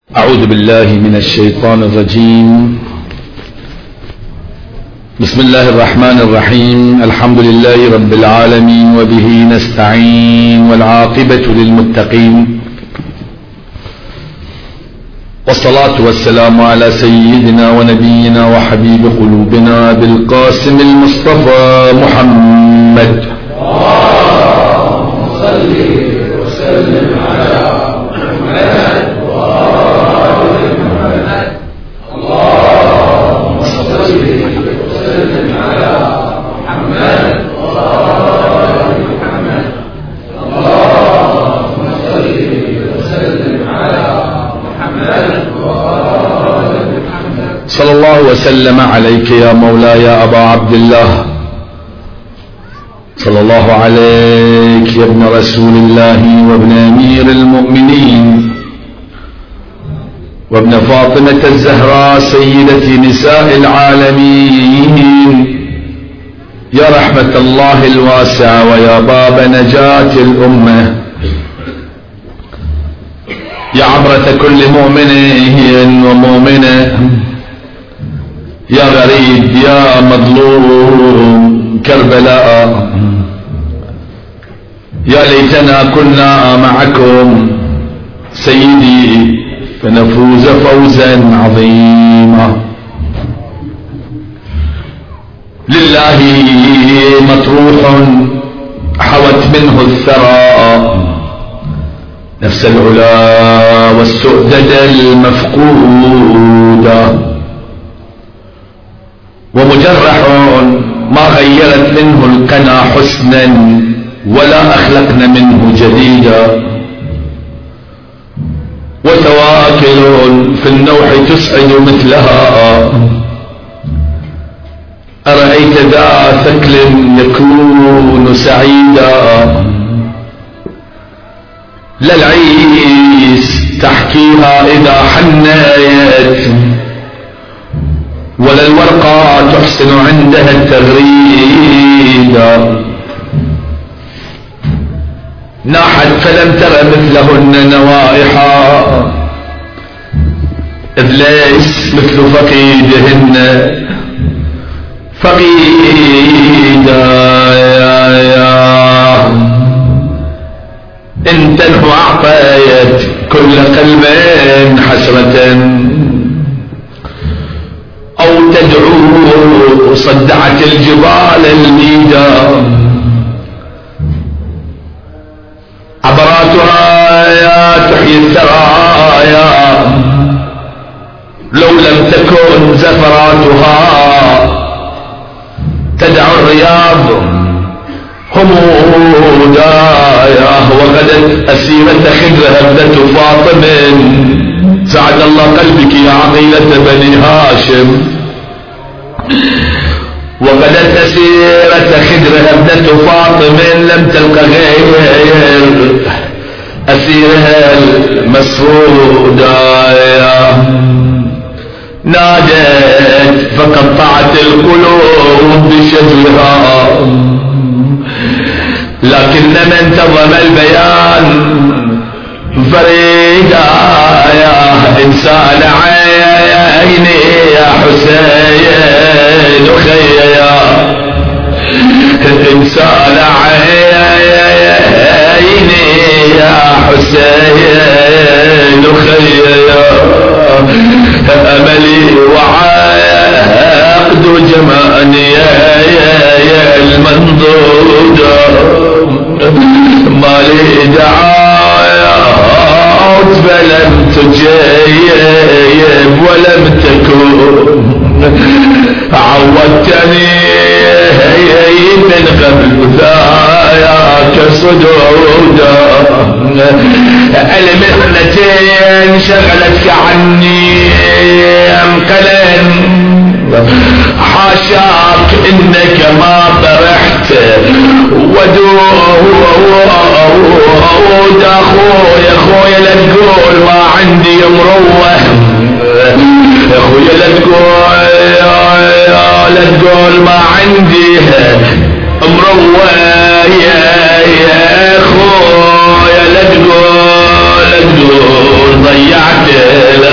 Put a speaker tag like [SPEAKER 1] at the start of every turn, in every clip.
[SPEAKER 1] أعوذ بالله من الشيطان الرجيم. بسم الله الرحمن الرحيم. الحمد لله رب العالمين وبه نستعين والعاقبة للمتقين، والصلاة والسلام على سيدنا ونبينا وحبيب قلوبنا بالقاسم المصطفى محمد. اللهم صل وسلم على محمد وآل محمد. اللهم صل وسلم على محمد وآل محمد. اللهم صل وسلم على محمد وآل محمد. صلى الله وسلم عليك يا مولاي يا أبا عبد الله، صلى الله عليك يا ابن رسول الله وابن أمير المؤمنين وابن فاطمة الزهراء سيدة نساء العالمين، يا رحمة الله الواسعة ويا باب نجاة الأمة، يا عبرة كل مؤمن ومؤمنة، يا غريب يا مظلوم كربلاء، يا ليتنا كنا معكم سيدي فنفوز فوزا عظيما. لله مطروح حوت منه الثرى نفس العلا والسؤدد المفقودة، ومجرح ما غيرت منه القنا حسنا ولا أخلقنا منه جديدا، وتواكل في النوح تسعد مثلها، أرأيت ذا ثكل يكون سعيدا، لا العيس تحكيها إذا حنيت ولا الورقة تحسن عندها التغريد، ناحت فلم تر مثلهن نوائحا، إذ ليس مثل فقيدهن فقيدا. إن تنه أعطيت كل قلب حسرة، أو تدعو صدعت الجبال الميدا، عبراتها يا تحيي الثرايا، لو لم تكن زفراتها تدعو الرياض همودا. وغدت أسيرة خدرها ابنة فاطم، سعد الله قلبك يا عقيلة بني هاشم، وغدت أسيرة خدرها ابنة فاطم لم تلق غير أسيرها المسرودة، نادت فقطعت القلوب بشجرها، لكن من انتظم البيان فريدا. يا إنسان عيني يا حسين خيا، إنسان عيني يا حسين خيا، أملي وعقد جماني يا المنضودة، مالي دعايات فلم تجيب ولم تكون، عودتني من قبل ذاك صدودا، المهنتين شغلتك عني انقلن، حاشاك انك ما فرحت ودود اخويا لا تقول ما عندي مروه، اخويا لا تقول ما عندي مروه، يا اخويا لا تقول ضيعت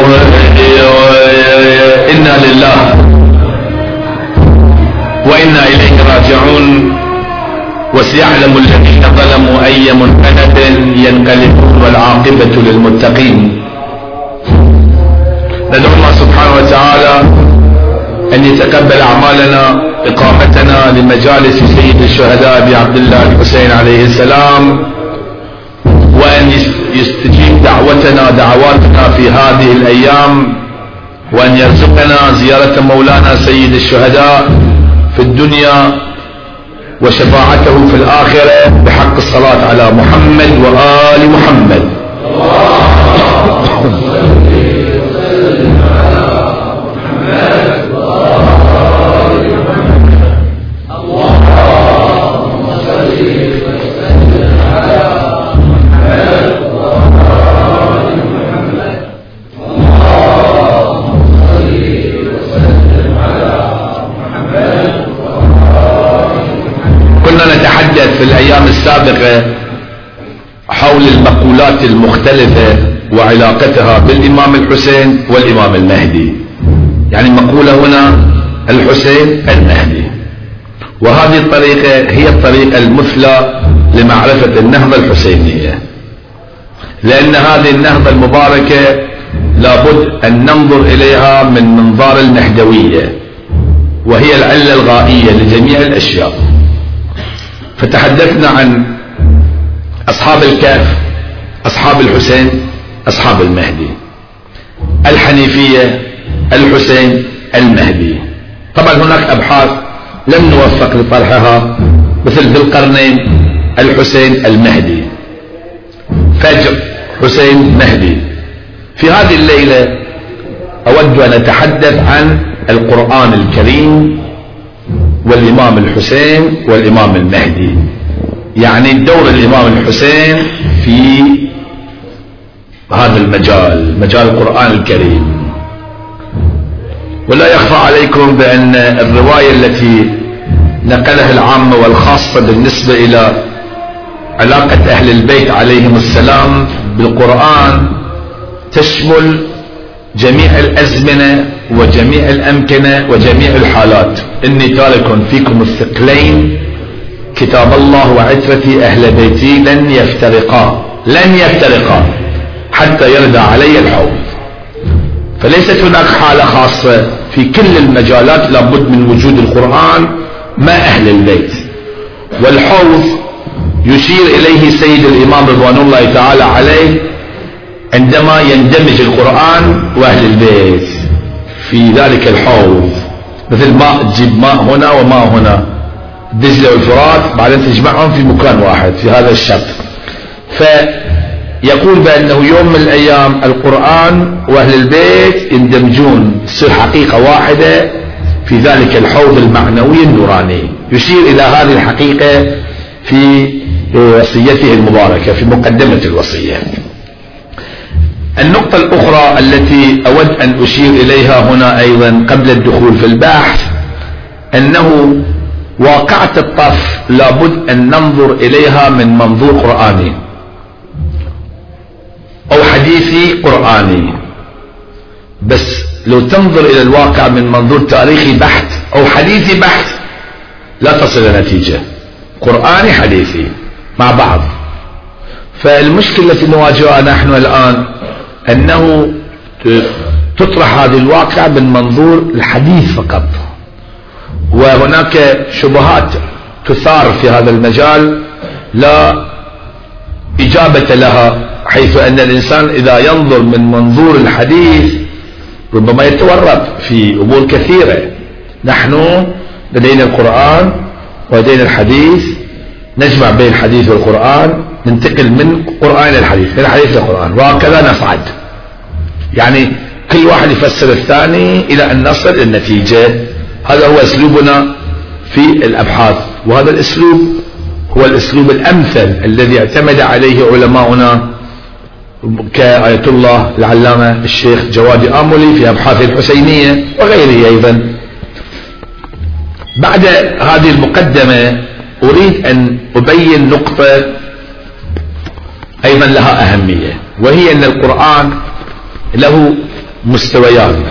[SPEAKER 1] إنا لله وإنا إليه راجعون. وسيعلم الذين ظلموا أي منقلب ينقلبون والعاقبة للمتقين. ندعو الله سبحانه وتعالى أن يتقبل أعمالنا، إقامتنا لمجالس سيد الشهداء أبي عبد الله الحسين عليه السلام، وأن يستجيب دعواتنا في هذه الأيام، وأن يرزقنا زيارة مولانا سيد الشهداء في الدنيا وشفاعته في الآخرة بحق الصلاة على محمد وآل محمد. نتحدث في الأيام السابقة حول المقولات المختلفة وعلاقتها بالإمام الحسين والإمام المهدي. يعني مقولة هنا الحسين المهدي، وهذه الطريقة هي الطريقة المثلى لمعرفة النهضة الحسينية، لأن هذه النهضة المباركة لابد أن ننظر إليها من منظار المهدوية، وهي العلة الغائية لجميع الأشياء. فتحدثنا عن أصحاب الكهف، أصحاب الحسين، أصحاب المهدي، الحنيفية، الحسين، المهدي. طبعا هناك أبحاث لم نوفق لطرحها مثل ذي القرنين، الحسين المهدي، فجر حسين مهدي. في هذه الليلة أود أن أتحدث عن القرآن الكريم والإمام الحسين والإمام المهدي، يعني دور الإمام الحسين في هذا المجال، مجال القرآن الكريم. ولا يخفى عليكم بأن الرواية التي نقلها العامة والخاصة بالنسبة إلى علاقة أهل البيت عليهم السلام بالقرآن تشمل جميع الأزمنة وجميع الأمكنة وجميع الحالات. إني تارك فيكم الثقلين كتاب الله وعترتي أهل بيتي لن يفترقا حتى يرد علي الحوض. فليست هناك حالة خاصة، في كل المجالات لابد من وجود القرآن مع أهل البيت. والحوض يشير إليه سيد الإمام رضوان الله تعالى عليه عندما يندمج القرآن وأهل البيت في ذلك الحوض، مثل ماء تجيب ماء هنا وماء هنا، دجلة والفرات، بعدين تجمعهم في مكان واحد في هذا الشط. فيقول بأنه يوم من الأيام القرآن وأهل البيت يندمجون، تصير حقيقة واحدة في ذلك الحوض المعنوي النوراني. يشير إلى هذه الحقيقة في وصيته المباركة في مقدمة الوصية. النقطة الأخرى التي أود أن أشير إليها هنا أيضا قبل الدخول في البحث، أنه واقعة الطف لابد أن ننظر إليها من منظور قرآني أو حديثي قرآني. بس لو تنظر إلى الواقع من منظور تاريخي بحت أو حديثي بحت لا تصل إلى نتيجة. قرآني حديثي مع بعض. فالمشكلة التي نواجهها نحن الآن أنه تطرح هذه الواقع من منظور الحديث فقط، وهناك شبهات تثار في هذا المجال لا إجابة لها، حيث أن الإنسان إذا ينظر من منظور الحديث ربما يتورط في أمور كثيرة. نحن لدينا القرآن ولدينا الحديث، نجمع بين الحديث والقرآن، ننتقل من قرآن إلى الحديث، من الحديث إلى القرآن، وهكذا نصعد. يعني كل واحد يفسر الثاني إلى أن نصل إلى النتيجة. هذا هو أسلوبنا في الأبحاث، وهذا الأسلوب هو الأسلوب الأمثل الذي اعتمد عليه علماؤنا كآية الله العلامة الشيخ جواد آملي في أبحاث الحسينية وغيره أيضا. بعد هذه المقدمة أريد أن أبين نقطة أيضا لها أهمية، وهي أن القرآن له مستويان: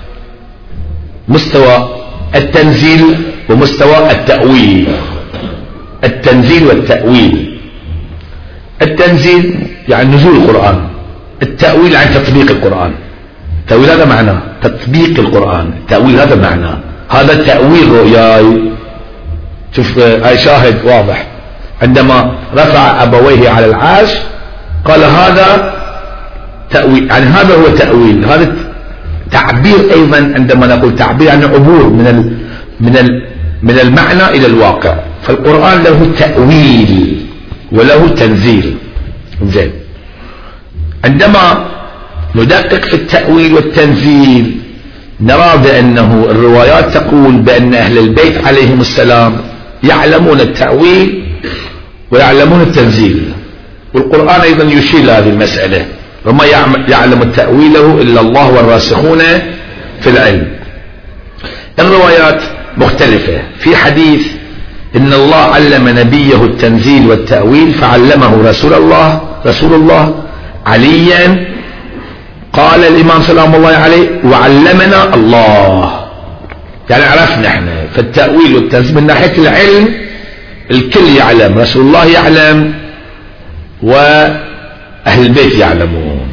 [SPEAKER 1] مستوى التنزيل ومستوى التأويل. التنزيل والتأويل: التنزيل يعني نزول القرآن، التأويل يعني تطبيق القرآن. التأويل هذا معناه تطبيق القرآن، التأويل هذا معناه، هذا تأويل رؤياي. شوف هاي شاهد واضح، عندما رفع أبويه على العرش قال هذا تأويل، يعني هذا هو تأويل. هذا تعبير أيضا، عندما نقول تعبير يعني عبور من المعنى إلى الواقع. فالقرآن له تأويل وله تنزيل. زين، عندما ندقق في التأويل والتنزيل نرى بأنه الروايات تقول بأن أهل البيت عليهم السلام يعلمون التأويل ويعلمون التنزيل، والقرآن أيضا يشير لهذه المسألة: وما يعلم تأويله إلا الله والراسخون في العلم. الروايات مختلفة. في حديث إن الله علم نبيه التنزيل والتأويل فعلمه رسول الله عليا. قال الإمام سلام الله عليه: وعلمنا الله. يعني عرفنا احنا فالتأويل والتنزيل من ناحية العلم الكل يعلم، رسول الله يعلم وأهل البيت يعلمون.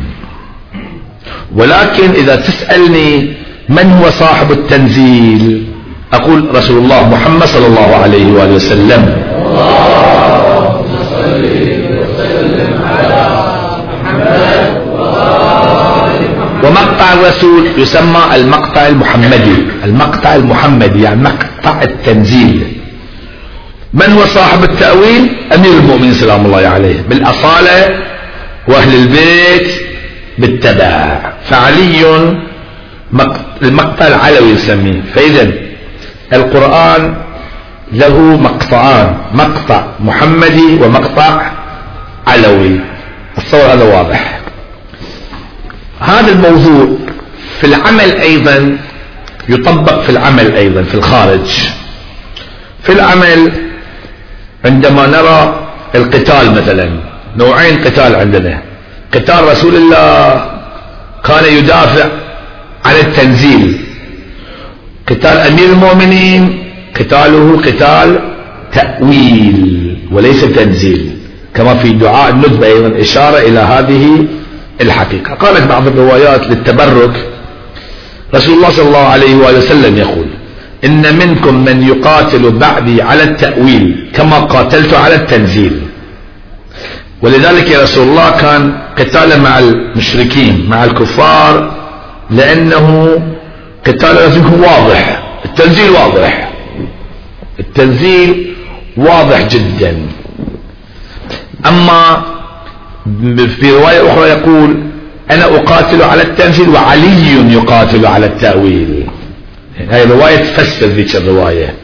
[SPEAKER 1] ولكن إذا تسألني من هو صاحب التنزيل أقول رسول الله محمد صلى الله عليه وآله وسلم. اللهم صل وسلم على محمد. ومقطع الرسول يسمى المقطع المحمدي. المقطع المحمدي يعني مقطع التنزيل. من هو صاحب التأويل؟ أمير المؤمنين سلام الله عليه بالأصالة، وأهل البيت بالتبع. فعلي المقطع العلوي يسميه. فإذا القرآن له مقطعان: مقطع محمدي ومقطع علوي. الصور هذا واضح. هذا الموضوع في العمل أيضا يطبق في العمل أيضا في الخارج. في العمل عندما نرى القتال مثلا، نوعين قتال عندنا: قتال رسول الله كان يدافع عن التنزيل، قتال أمير المؤمنين قتاله قتال تأويل وليس تنزيل، كما في دعاء الندبة أيضا إشارة إلى هذه الحقيقة. قالت بعض الروايات للتبرك رسول الله صلى الله عليه وآله وسلم يقول: إن منكم من يقاتل بعدي على التأويل كما قاتلت على التنزيل. ولذلك يا رسول الله كان قتال مع المشركين مع الكفار، لأنه قتال لازم يكون واضح، التنزيل واضح، التنزيل واضح جدا. أما في رواية أخرى يقول: أنا أقاتل على التنزيل وعلي يقاتل على التأويل. هذه رواية تفسر ذيك الرواية.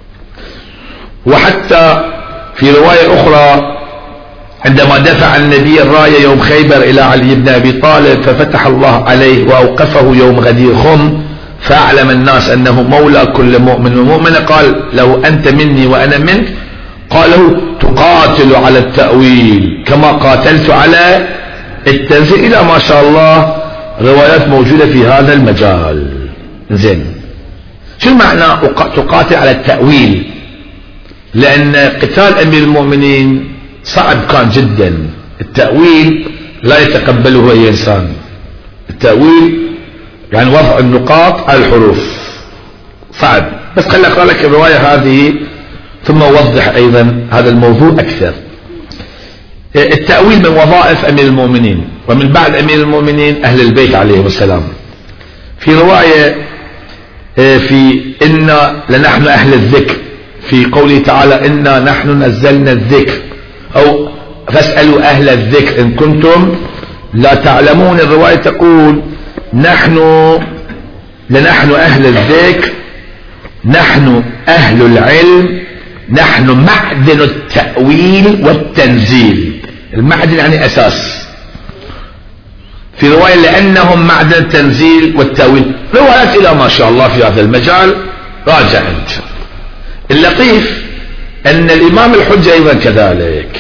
[SPEAKER 1] وحتى في رواية أخرى عندما دفع النبي الراية يوم خيبر إلى علي بن أبي طالب ففتح الله عليه وأوقفه يوم غدير خم فأعلم الناس أنه مولى كل مؤمن ومؤمنة، قال له: أنت مني وأنا منك. قال له: تقاتل على التأويل كما قاتلت على التنزيل. إلى ما شاء الله روايات موجودة في هذا المجال. زين، شو معنى تقاتل على التأويل؟ لأن قتال أمير المؤمنين صعب كان جدا. التأويل لا يتقبله أي إنسان. التأويل يعني وضع النقاط على الحروف صعب. بس خلي أقرأ لك الرواية هذه ثم أوضح أيضا هذا الموضوع أكثر. التأويل من وظائف أمير المؤمنين، ومن بعد أمير المؤمنين أهل البيت عليهم السلام. في رواية في إنا لنحن أهل الذكر، في قوله تعالى: إنا نحن نزلنا الذكر، أو فاسألوا أهل الذكر إن كنتم لا تعلمون. الرواية تقول: نحن لنحن أهل الذكر، نحن أهل العلم، نحن معدن التأويل والتنزيل. المعدن يعني أساس. في رواية لأنهم معدن التنزيل والتأويل. روايات إلى ما شاء الله في هذا المجال، راجع أنت. اللطيف أن الإمام الحجة أيضا كذلك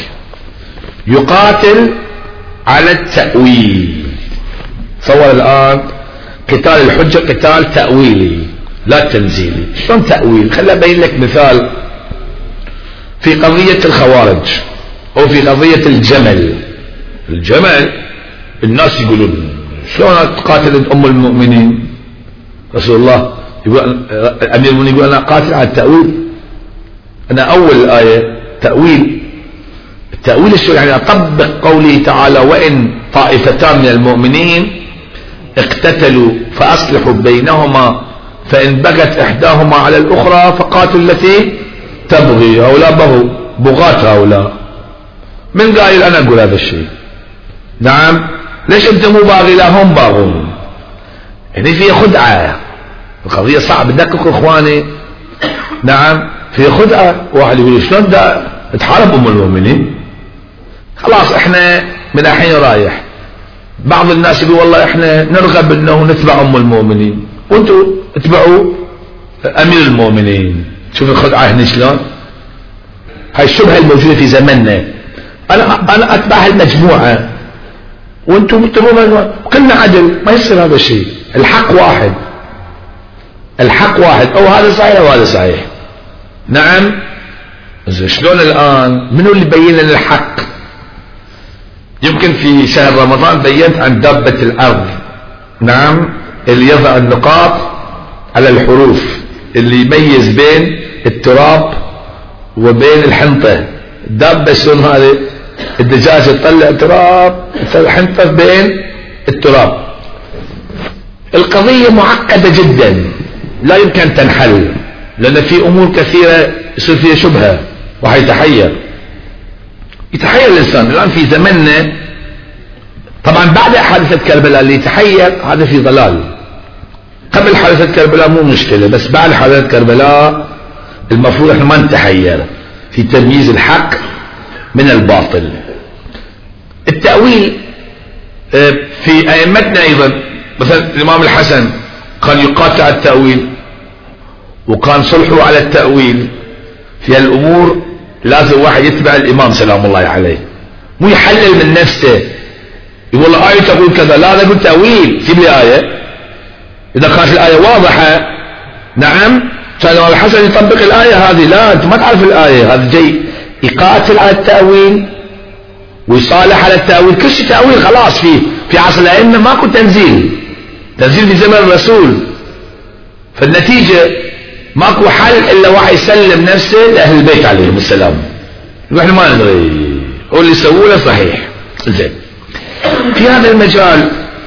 [SPEAKER 1] يقاتل على التأويل. تصور الآن قتال الحجة قتال تأويلي لا تنزيلي. شلون تأويل؟ خليني أبين لك مثال في قضية الخوارج أو في قضية الجمل الناس يقولون شلون تقاتل أم المؤمنين؟ رسول الله يقول أمير المؤمنين يقول أنا قاتل على التأويل، أنا أول الآية التأويل الشرعي يعني أطبق قوله تعالى وإن طائفتان من المؤمنين اقتتلوا فأصلحوا بينهما فإن بغت إحداهما على الأخرى فقاتلوا التي تبغي. هؤلاء بغاة هؤلاء. من قائل أنا أقول هذا الشيء؟ نعم. ليش أنت مو باغي؟ لا هم باغون. يعني في خدعة، القضية صعبة دققوا إخواني. نعم في خدعة. واحد يقول شلون دا تحارب أم المؤمنين؟ خلاص احنا من الحين رايح. بعض الناس يقول والله احنا نرغب انه نتبع ام المؤمنين وانتوا اتبعوا امير المؤمنين. شوف الخدعة هنا شلون. هاي الشبهة الموجودة في زمننا. انا اتبع المجموعة وانتم تتبعون، كلنا عدل. ما يصير هذا الشيء. الحق واحد او هذا صحيح او هذا صحيح. نعم. شلون الان منو اللي بين لنا الحق؟ يمكن في شهر رمضان بينت عن دابة الارض. نعم. اللي يضع النقاط على الحروف، اللي يميز بين التراب وبين الحنطة. الدابة شلون هذه؟ الدجاجة تطلع تراب، الحنطة بين التراب. القضية معقدة جدا لا يمكن أن تنحل، لأن في أمور كثيرة يصير فيها شبهة وحيتحير. يتحير الإنسان الآن في زمننا. طبعا بعد حادثة كربلاء اللي يتحير هذا في ضلال. قبل حادثة كربلاء مو مشكلة، بس بعد حادثة كربلاء المفروض احنا ما نتحير في تمييز الحق من الباطل. التأويل في أئمتنا أيضا، مثلا الإمام الحسن كان يقاتل على التأويل وكان صلحه على التأويل. في هالأمور لازم واحد يتبع الإمام سلام الله عليه، مو يحلل من نفسه يقول له آية تقول كذا، لا أنا أقول تأويل. سيب لي آية. إذا كانت الآية واضحة نعم كان الإمام الحسن يطبق الآية هذه. لا أنت ما تعرف الآية، هذا جاي يقاتل على التأويل ويصالح على التأويل. كل شيء تأويل خلاص. في عصر الأئمة ماكو تنزيل في زمن الرسول. فالنتيجة ماكو حل إلا واحد يسلم نفسه لأهل البيت عليهم السلام. نحن ما ندري هو اللي يسوونه صحيح. زين. في هذا المجال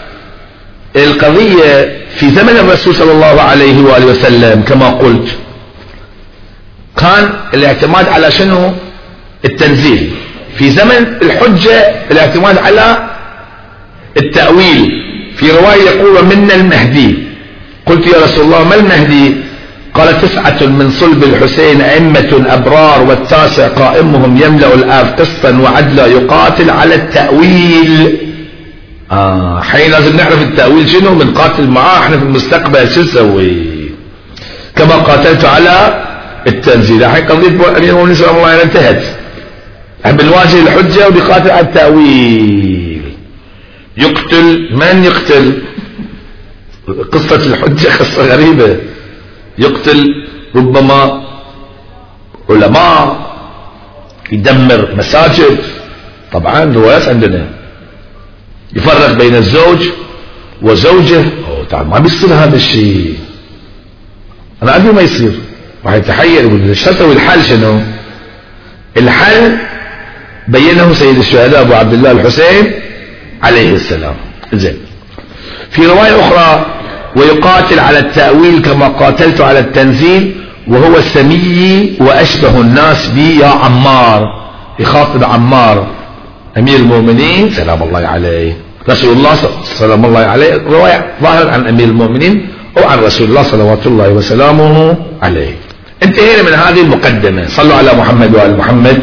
[SPEAKER 1] القضية في زمن الرسول صلى الله عليه وآله وسلم كما قلت كان الاعتماد على شنو؟ التنزيل. في زمن الحجة الاعتماد على التأويل. في رواية يقول منا المهدي. قلت يا رسول الله ما المهدي؟ قال 9 من صلب الحسين أئمة أبرار والتاسع قائمهم يملأ الأرض قسطا وعدلا يقاتل على التأويل. حين لازم نعرف التأويل شنو بنقاتل معاه احنا في المستقبل. شو نسوي؟ كما قاتلت على التنزيل. الحين قضية أمير المؤمنين صلى الله عليه وسلم انتهت. بنواجه الحجة وبيقاتل على التأويل. يقتل من يقتل؟ قصة الحجة قصة غريبة. يقتل ربما علماء، يدمر مساجد. طبعا روايات عندنا يفرق بين الزوج وزوجه. طبعا ما بيصير هذا الشيء. انا ادري ما يصير. واحد يتحير يقول شو اسوي؟ الحل شنو؟ الحل بينه سيد الشهداء ابو عبد الله الحسين عليه السلام. زين. في رواية اخرى ويقاتل على التأويل كما قاتلت على التنزيل وهو السمي واشبه الناس بي يا عمار. يخاطب عمار امير المؤمنين سلام الله عليه. رسول الله سلام الله عليه. رواية ظاهر عن امير المؤمنين او عن رسول الله صلوات الله وسلامه عليه. انتهينا من هذه المقدمة. صلوا على محمد وآل محمد.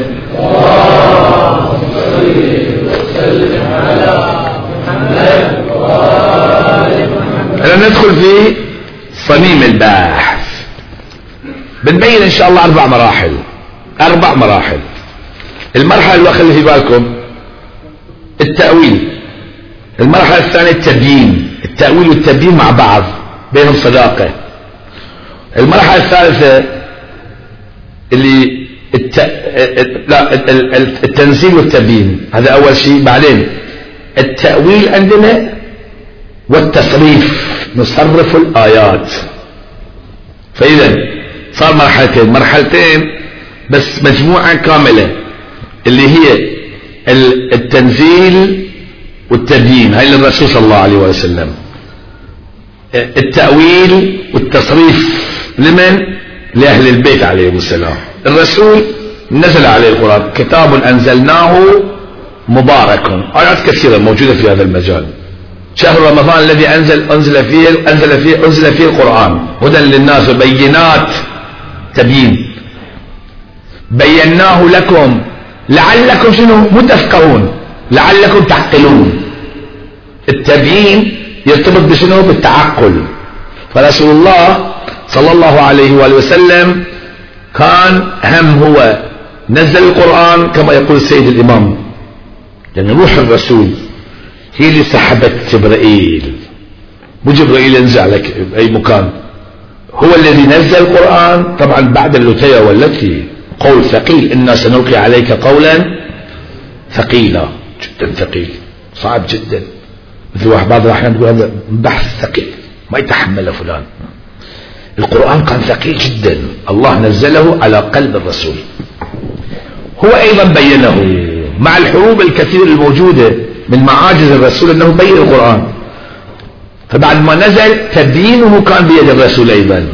[SPEAKER 1] الآن ندخل في صميم البحث. بنبين ان شاء الله 4 مراحل. 4 مراحل. المرحلة الأولى خلي في بالكم التأويل. المرحلة الثانية التبيين. التأويل والتبيين مع بعض بينهم صداقة. المرحلة الثالثة اللي التنزيل والتبيين، هذا أول شيء. بعدين التأويل عندنا والتصريف، نصرف الآيات. فإذا صار مرحلتين بس مجموعة كاملة اللي هي التنزيل والتبيين، هاي للرسول صلى الله عليه وسلم. التأويل والتصريف لمن؟ لأهل البيت عليهم السلام. الرسول نزل عليه القرآن، كتاب أنزلناه مبارك، آيات كثيرة موجودة في هذا المجال. شهر رمضان الذي أنزل فيه القرآن هدى للناس وبينات، تبيين. بيناه لكم لعلكم شنو؟ متفقهون، لعلكم تعقلون. التبيين يرتبط بشنو؟ بالتعقل. فرسول الله صلى الله عليه وآله وسلم كان هو نزل القرآن كما يقول السيد الإمام، يعني روح الرسول هي اللي سحبت جبرائيل، مو جبرائيل ينزع لك بأي مكان، هو الذي نزل القرآن. طبعا بعد اللتية والتي قول ثقيل، إنا سنلقي عليك قولا ثقيلا، جدا ثقيل، صعب جدا. مثل واحد بعض الأحيان يقول هذا بحث ثقيل ما يتحمله فلان. القرآن كان ثقيل جدا، الله نزله على قلب الرسول. هو أيضا بينه مع الحروب الكثيرة الموجودة من معاجز الرسول أنه بين القرآن. فبعد ما نزل تبيينه كان بيد الرسول أيضا،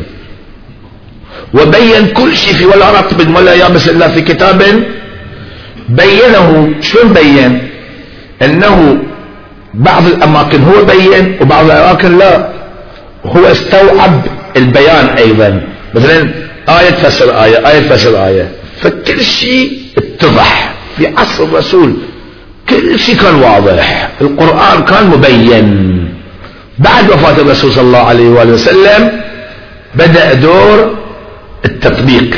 [SPEAKER 1] وبين كل شيء في ولا رطب ولا يابس إلا في كتاب بينه. شلون بين؟ أنه بعض الأماكن هو بين وبعض الأماكن لا، هو استوعب البيان أيضا. مثلا آية تفسر آية، آية تفسر آية، فكل شيء اتضح. في عصر الرسول كل شيء كان واضح، القرآن كان مبين. بعد وفاة الرسول صلى الله عليه وآله وسلم بدأ دور التطبيق،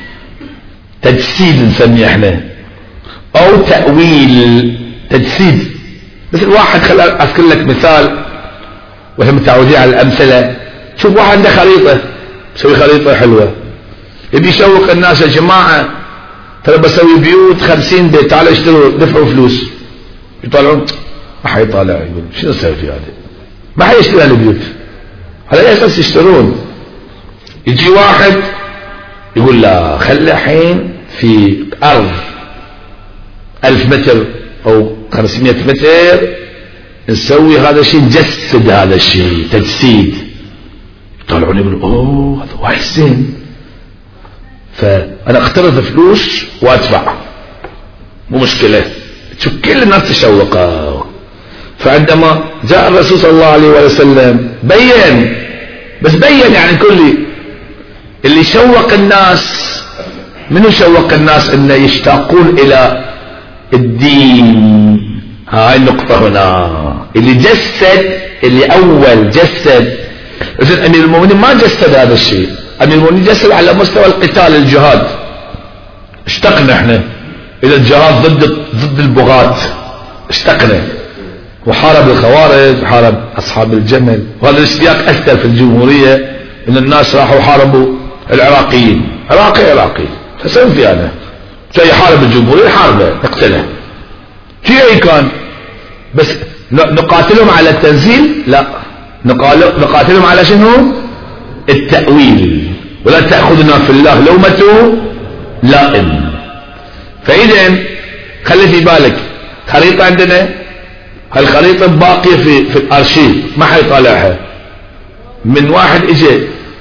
[SPEAKER 1] تجسيد نسميه احنا، او تأويل، تجسيد. مثل واحد، خلال اذكر لك مثال واحنا متعودين على الامثله. شوف واحد عنده خريطه، بسوي خريطه حلوه، يبي يشوق الناس يا جماعه ترى بسوي بيوت 50 بيت، تعالوا اشتروا دفعوا فلوس. يطالعون ما حيطالع، يقول شنو اسوي في هذا؟ ما حيشتري البيوت، على اي اساس يشترون؟ يجي واحد يقول لا خلي الحين في ارض 1000 متر او 500 متر نسوي هذا الشيء، نجسد هذا الشيء، تجسيد. يطالعون يقولوا اوه هذا وايد زين، فانا اقترض فلوس وادفع، مو مشكله. شوف كل الناس تشوقه. فعندما جاء الرسول صلى الله عليه وسلم بين، بس بين يعني كل اللي شوق الناس. منو شوق الناس؟ انه يشتاقون الى الدين. هاي النقطة هنا. اللي جسد، اللي اول جسد. اذن امير المؤمنين ما جسد هذا الشيء، امير المؤمنين جسد على مستوى القتال، الجهاد. اشتقنا احنا الى الجهاد ضد البغاة، اشتقنا، وحارب الخوارج، حارب اصحاب الجمل. وهذا الاشتياق اثر في الجمهورية، ان الناس راحوا حاربوا العراقيين، عراقي فسوي في هذا جاي يحارب الجمهورية، حاربه نقتله. شيء كان بس نقاتلهم على التنزيل؟ لا، نقاتلهم على شنو؟ التأويل. ولا تأخذنا في الله لومة لائم. فإذا خلي في بالك خريطة عندنا، هالخريطة باقية في الارشيف، ما حيطالعها. من واحد اجى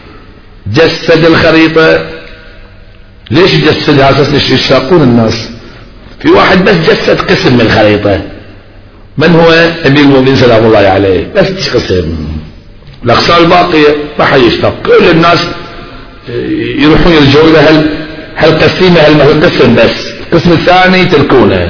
[SPEAKER 1] جسد الخريطة. ليش جسدها؟ اساس يشتاقون الناس. في واحد بس جسد قسم من الخريطة. من هو؟ امير المؤمنين سلام الله عليه، بس قسم. الاقسام الباقية ما حيشتاق. كل الناس يروحون يرجعون له هالقسيمة، هالقسم بس، القسم الثاني يتركونه.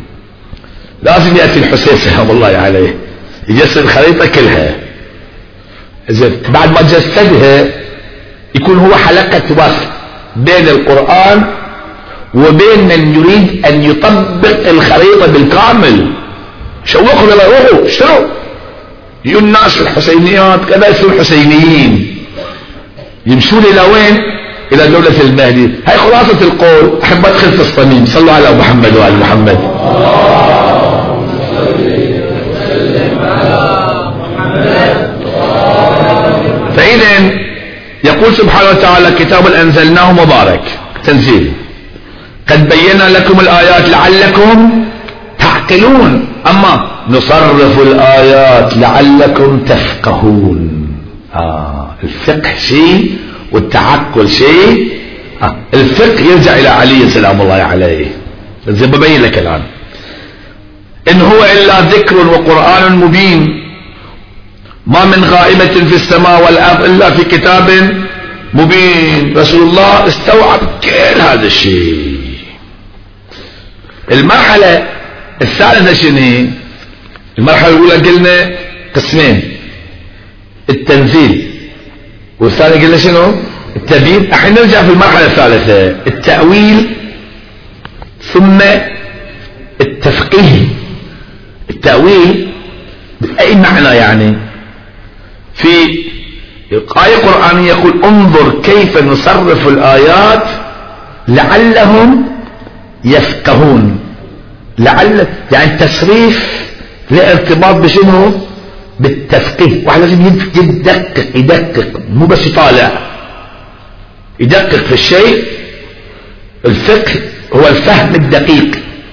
[SPEAKER 1] لازم يأتي الحسين سلام الله عليه يجسد الخريطة كلها. زين، بعد ما جسدها يكون هو حلقة وصل بين القرآن وبين من يريد أن يطبق الخريطة بالكامل. شوقوا لما يروحوا اشتروا، يقول الناس الحسينيات كذا يصيروا حسينيين، يمشون الى وين؟ الى دولة المهدي. هاي خلاصة القول. احب ادخل في الصميم. صلوا على محمد وآل محمد. فإذا يقول سبحانه وتعالى كتاب أنزلناه مبارك تنزيل قد بينا لكم الآيات لعلكم تعقلون. أما نصرف الآيات لعلكم تفقهون. الفقه شيء والتعقل شيء. الفقه يرجع إلى علي سلام الله عليه، زي ما ببين لك الآن. إن هو إلا ذكر وقرآن مبين ما من غائبة في السماء والأرض إلا في كتاب مبين. رسول الله استوعب كل هذا الشيء. المرحلة الثالثة شنو؟ المرحلة الأولى قلنا قسمين، التنزيل، والثانية قلنا شنو؟ التبيين. الحين نرجع في المرحلة الثالثة، التأويل ثم التفقيه. التأويل بأي معنى؟ يعني في آية قرآنية يقول انظر كيف نصرف الآيات لعلهم يفقهون. لعل يعني التصريف له ارتباط بشنو؟ بالتفقيه. واحد لازم يدقق مو بس يطالع، يدقق في الشيء. الفقه هو الفهم الدقيق،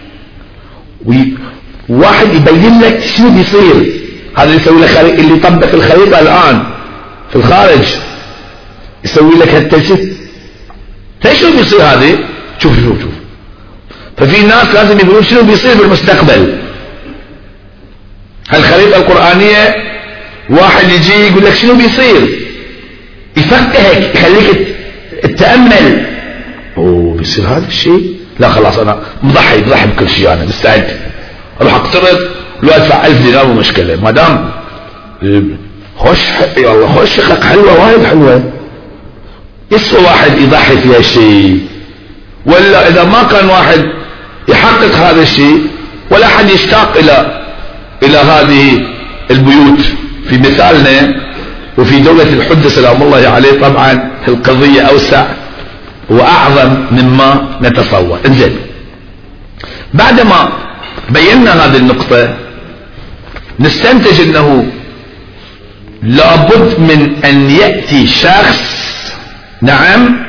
[SPEAKER 1] وواحد يبين لك شنو بيصير. هذا اللي يسوي لك اللي يطبق الخريطة الآن في الخارج، يسوي لك هالتجسيد. شنو بيصير هذه؟ شوف. ففي ناس لازم يقولون شنو بيصير بالمستقبل. هالخريطة القرآنية واحد يجي يقول لك شنو بيصير، يفقهك، يخليك تتأمل. بيصير هذا الشيء؟ لا خلاص انا مضحي بكل شيء، انا مستعد اروح اقترض لو ادفع 1000 دينار مو مشكلة، ما دام خش يلا خش حلوة وايد حلوة. يسوى واحد يضحي في هالشيء. ولا اذا ما كان واحد يحقق هذا الشيء ولا حد يشتاق الى هذه البيوت. في مثالنا وفي دولة الحدة سلام الله عليه طبعا القضية اوسع واعظم مما نتصور. انزين، بعدما بينا هذه النقطة نستنتج انه لابد من ان يأتي شخص نعم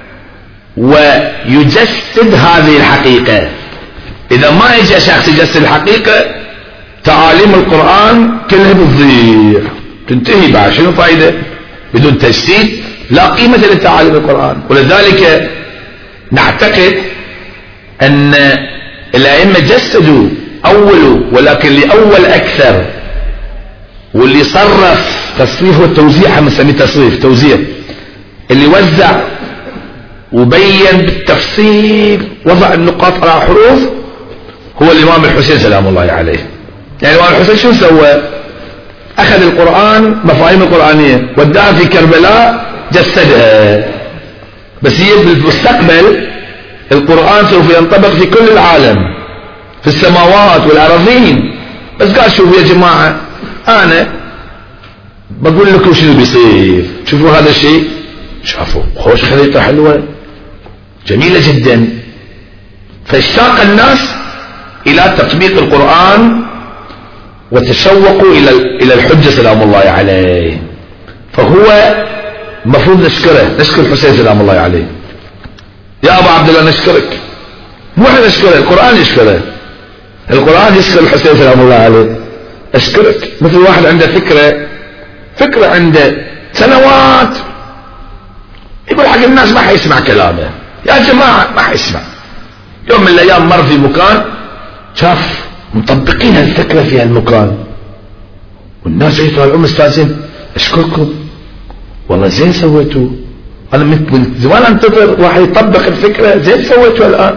[SPEAKER 1] ويجسد هذه الحقيقة. اذا ما يجي شخص يجسد الحقيقة تعاليم القرآن كلها بتضيع تنتهي. بعد شنو فائدة بدون تجسيد؟ لا قيمة لتعاليم القرآن. ولذلك نعتقد ان الائمة جسدوا اولوا، ولكن لأول اكثر، واللي صرف تصريف والتوزيع هم نسميه تصريف توزيع، اللي وزع وبين بالتفصيل وضع النقاط على حروف هو الامام الحسين سلام الله عليه. يعني الامام الحسين شو سوى؟ اخذ القرآن مفاهيم القرآنية وداها في كربلاء جسدها. بس هي بالمستقبل القرآن سوف ينطبق في كل العالم، في السماوات والأراضين. بس قال شوفوا يا جماعة انا بقول لكم شنو بيصير. شوفوا هذا الشيء، شافوا خوش خريطة حلوة جميلة جدا. فاشتاق الناس الى تطبيق القرآن وتشوقوا الى الحجة سلام الله عليه. فهو مفروض نشكره، نشكر الحسين سلام الله عليه. يا ابا عبد الله نشكرك، مو احنا نشكره، القرآن يشكره. القرآن يشكر الحسين سلام الله عليه. اشكرك. مثل واحد عنده فكرة عنده سنوات يقول حق الناس ما حيسمع كلامه. يا جماعة ما حيسمع. يوم من الايام مر في مكان شاف مطبقين الفكرة في هالمكان والناس يطالعون مستانسين. اشكركم والله زين سويتوا، انا من زمان انتظر واحد يطبق الفكرة، زين سويتوا الان.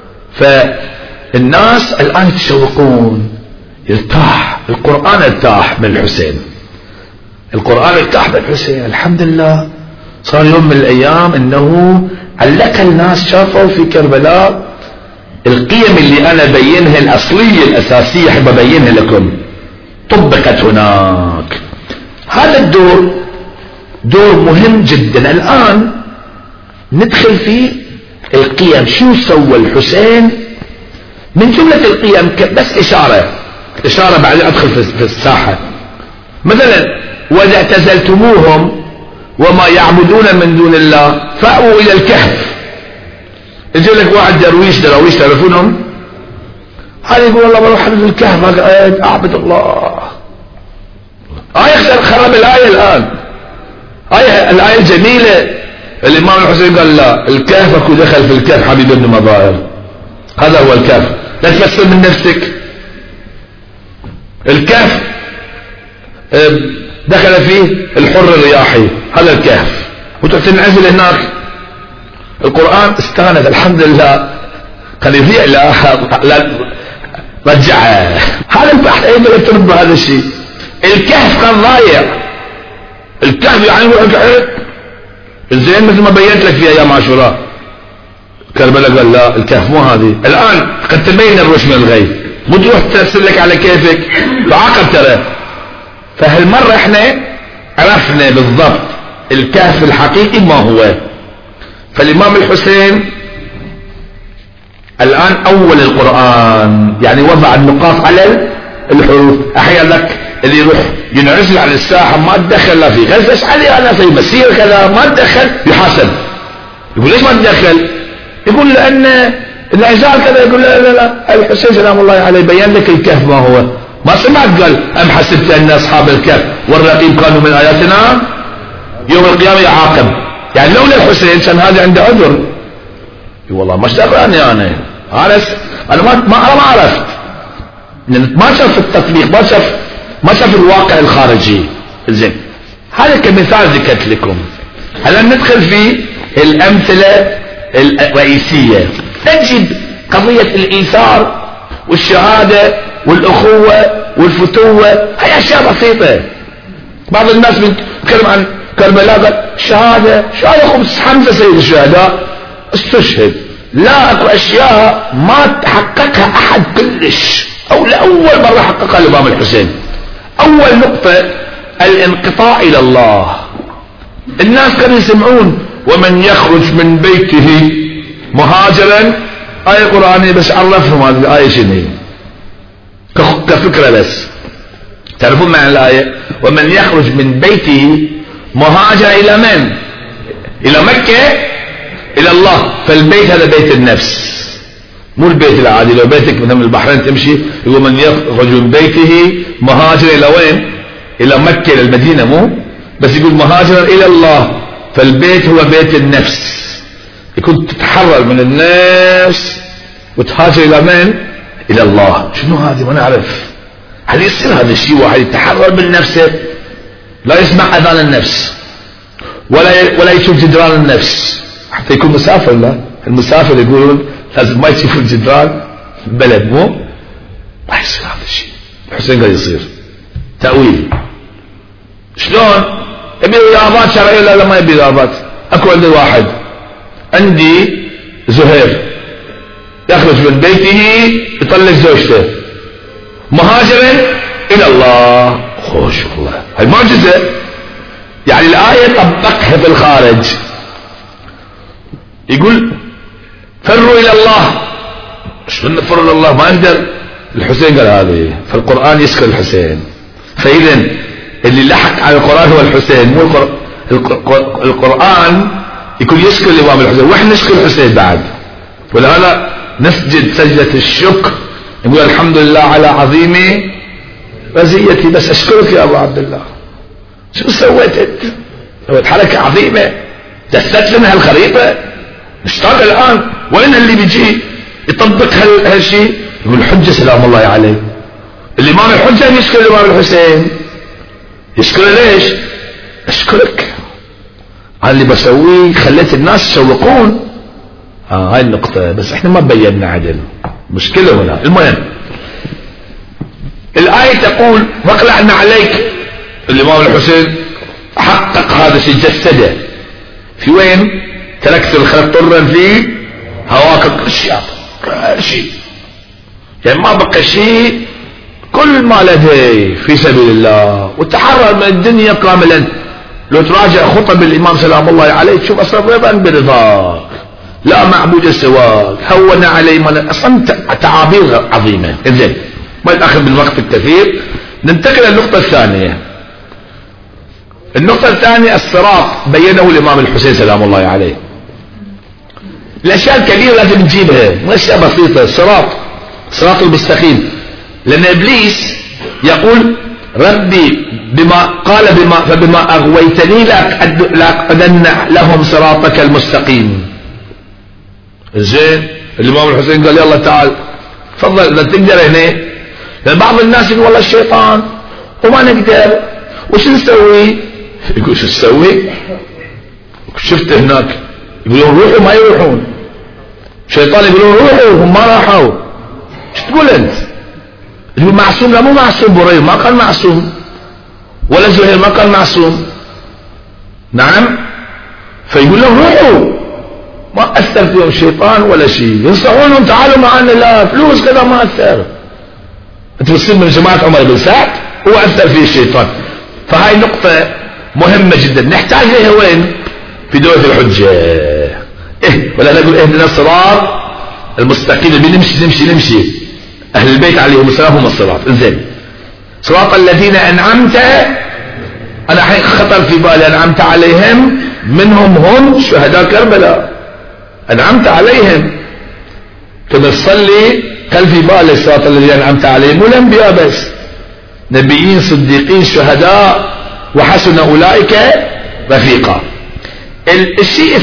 [SPEAKER 1] فالناس الان يتشوقون، يرتاح. القرآن ارتاح من الحسين، القرآن ارتاح من الحسين. الحمد لله صار يوم من الايام انه علق الناس شافوا في كربلاء القيم اللي انا بينها الاصلية الاساسية احب ابينها لكم. طبقت هناك. هذا الدور دور مهم جدا. الآن ندخل في القيم. شو سوى الحسين من جملة القيم؟ بس إشارة بعد أدخل في الساحة. مثلا وإذا اعتزلتموهم وما يعبدون من دون الله فأووا إلى الكهف. يجي لك واحد درويش تعرفونهم؟ هذا يقول والله بروح الكهف أعبد الله. خرب الآية الآن. الآية الجميلة. الإمام الحسين قال لا، الكهف أكو دخل في الكهف حبيب ابن مظاهر، هذا هو الكهف، لا تفسر من نفسك. الكهف دخل فيه الحر الرياحي، هذا الكهف، وتنعزل هناك. القرآن استانت الحمد لله، قال يضيع لا رجعه. هذا البحث ايضا يترد بهذا الشيء. الكهف كان ضايع. الكهف يعني زين مثل ما بينت لك في ايام عاشوراء كربلاء، قال لا الكهف مو هذه. الان قد تبين الرشد من الغي، مو تروح ترسل لك على كيفك تعاقب ترى. فهالمرة احنا عرفنا بالضبط الكهف الحقيقي ما هو. فالامام الحسين الان اول القرآن، يعني وضع النقاط على الحروف. احيانا لك اللي يروح ينعزل عن الساحة ما تدخل لا في غزة علي انا في مسير كذا ما تدخل يحاسب. يقول ليش ما تدخل؟ يقول لان الانعزال كذا. يقول لا الحسين سلام الله عليه بيان لك الكهف ما هو. ما سمعت قال ام حسبت ان اصحاب الكهف والرقيم كانوا من اياتنا يوم القيامة يعاقب؟ يعني لولا الحسين كان هذا عنده عذر. والله ما اشتغلني انا ما عرفت، ما شاف التطبيق، ما شاف الواقع الخارجي. زين هذا كمثال ذكرت لكم. هلا ندخل في الامثله الرئيسيه. نجد قضيه الايثار والشهاده والاخوه والفتوه، هي اشياء بسيطه. بعض الناس بيتكلم عن كربلاء شهاده خمس حمزه سيد الشهداء استشهد. لا، اكو اشياء ما تحققها احد كلش، او لاول مره حققها الامام الحسين. اول نقطه الانقطاع الى الله. الناس كانوا يسمعون ومن يخرج من بيته مهاجرا، آية قرآنية بس عرفهم هذه الآية شنو كفكرة بس. تعرفون معنى الآية؟ ومن يخرج من بيته مهاجر إلى من؟ إلى مكة، إلى الله. فالبيت هذا بيت النفس، مو البيت العادي. لو بيتك من البحرين تمشي يقول من يخرج من بيته مهاجر إلى وين؟ إلى مكة، إلى المدينة، مو بس يقول مهاجرا إلى الله. فالبيت هو بيت النفس، يكون تتحرر من النفس وتهاجر إلى من؟ إلى الله. شنو هذه؟ ما نعرف. هل يصير هذا الشيء؟ واحد يتحرر من نفسه، لا يسمع أذان النفس ولا يشوف جدران النفس حتى يكون مسافر. لا، المسافر يقولون لازم ما يشوف الجدران بلد، مو ما يصير هذا الشيء. الحسين قال يصير. تأويل. شلون؟ يبي رياضات شرعية؟ لا ما يبي رياضات. اكو عندي واحد، عندي زهير يخرج من بيته يطلق زوجته مهاجرا الى الله. خوش والله، هاي معجزة. يعني الآية طبقها في الخارج. يقول فروا الى الله. شلون نفر الى الله؟ ما نقدر. الحسين قال هذه. فالقرآن يذكر الحسين. فإذا اللي لحق على القرآن هو الحسين، مو القرآن يكون يشكر الإمام الحسين، واحنا نشكر الحسين بعد. ولهذا نسجد سجدة الشكر، نقول الحمد لله على عظيم رزيتي. بس أشكرك يا أبو عبد الله. شو سويت أنت؟ سويت حركة عظيمة، دست لنا هالخريطة. نشتاق الآن وين اللي بيجي يطبق هالشيء؟ يقول الحجة سلام الله عليه. الإمام الحجة يشكر الإمام الحسين. يشكر ليش؟ أشكرك على اللي بسويه، خليت الناس يسوقون. هاي النقطة بس احنا ما بينا عدل، مشكلة هنا. المهم الآية تقول واقلعنا عليك. الإمام الحسين حقق هذا الشيء، جسده. في وين؟ تركت الخلق طرا في هواك الشيء، يعني ما بقى شيء كل ما لديه في سبيل الله وتحرر من الدنيا كاملا. لو تراجع خطب الإمام سلام الله عليه تشوف أصلا رضا برضاك، لا معبود سواك، هون علي أصلا تعابير عظيمة. إنزين ما نتأخر بالوقت الكثير، ننتقل للنقطة الثانية. النقطة الثانية الصراط بينه الإمام الحسين سلام الله عليه. الأشياء الكبيرة لازم نجيبها، مو أشياء بسيطة. صراط المستقيم، لأن إبليس يقول ربي فبما أغويتني لأقعدن لهم صراطك المستقيم. زين الإمام الحسين قال يلا تعال تفضل إذا تقدر هنا. لأن بعض الناس يقول والله الشيطان وما نقدر وش نسوي؟ يقول شو تسوي؟ شفت هناك يقولون روحوا ما يروحون، الشيطان يقولون روحوا هم ما راحوا. شو تقول أنت؟ يقول معصوم؟ لا مو معصوم، بريء ما كان معصوم، ولا زهير ما كان معصوم. نعم. فيقول لهم روحوا، ما أثر فيهم الشيطان ولا شيء، ينصحونهم تعالوا معنا، لا فلوس كذا ما أثر. أنت بتصير من جماعة عمر بن سعد هو أثر فيه الشيطان. فهاي نقطة مهمة جدا نحتاج لها وين؟ في دولة الحجة. ولا نقول اهدنا الصراط المستقيم، نمشي أهل البيت عليهم السلام هم الصراط. انزين صراط الذين أنعمت، أنا حين خطر في بالي أنعمت عليهم، منهم هم شهداء كربلاء أنعمت عليهم. كما تصلي قال في بالي صراط الذين أنعمت عليهم، مو الأنبياء بس، نبيين صديقين شهداء وحسن أولئك رفيقا. الشيء